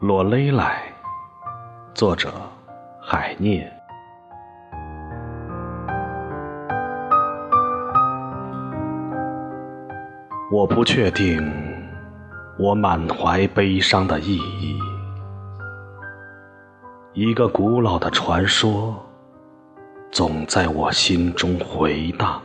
裸勒来，作者海涅。我不确定我满怀悲伤的意义，一个古老的传说总在我心中回荡，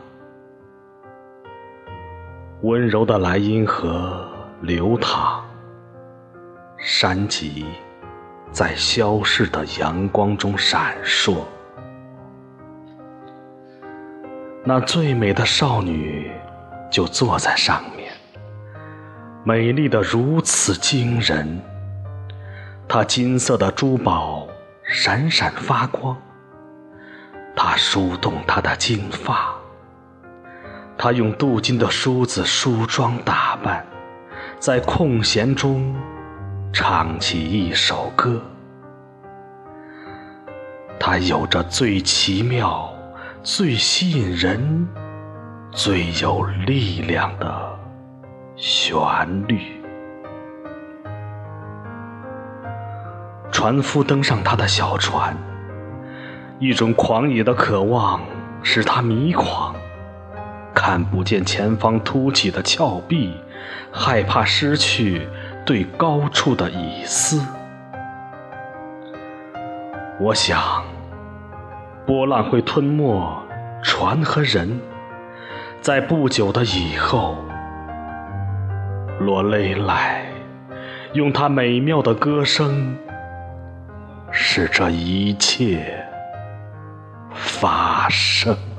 温柔的莱茵河流淌，山脊在消逝的阳光中闪烁。那最美的少女就坐在上面，美丽得如此惊人。她金色的珠宝闪闪发光，她梳动她的金发，她用镀金的梳子梳妆打扮，在空闲中唱起一首歌。它有着最奇妙、最吸引人、最有力量的旋律。船夫登上他的小船，一种狂野的渴望使他迷狂，看不见前方凸起的峭壁，害怕失去对高处的倚思。我想，波浪会吞没船和人，在不久的以后，罗雷莱用他美妙的歌声，使这一切发生。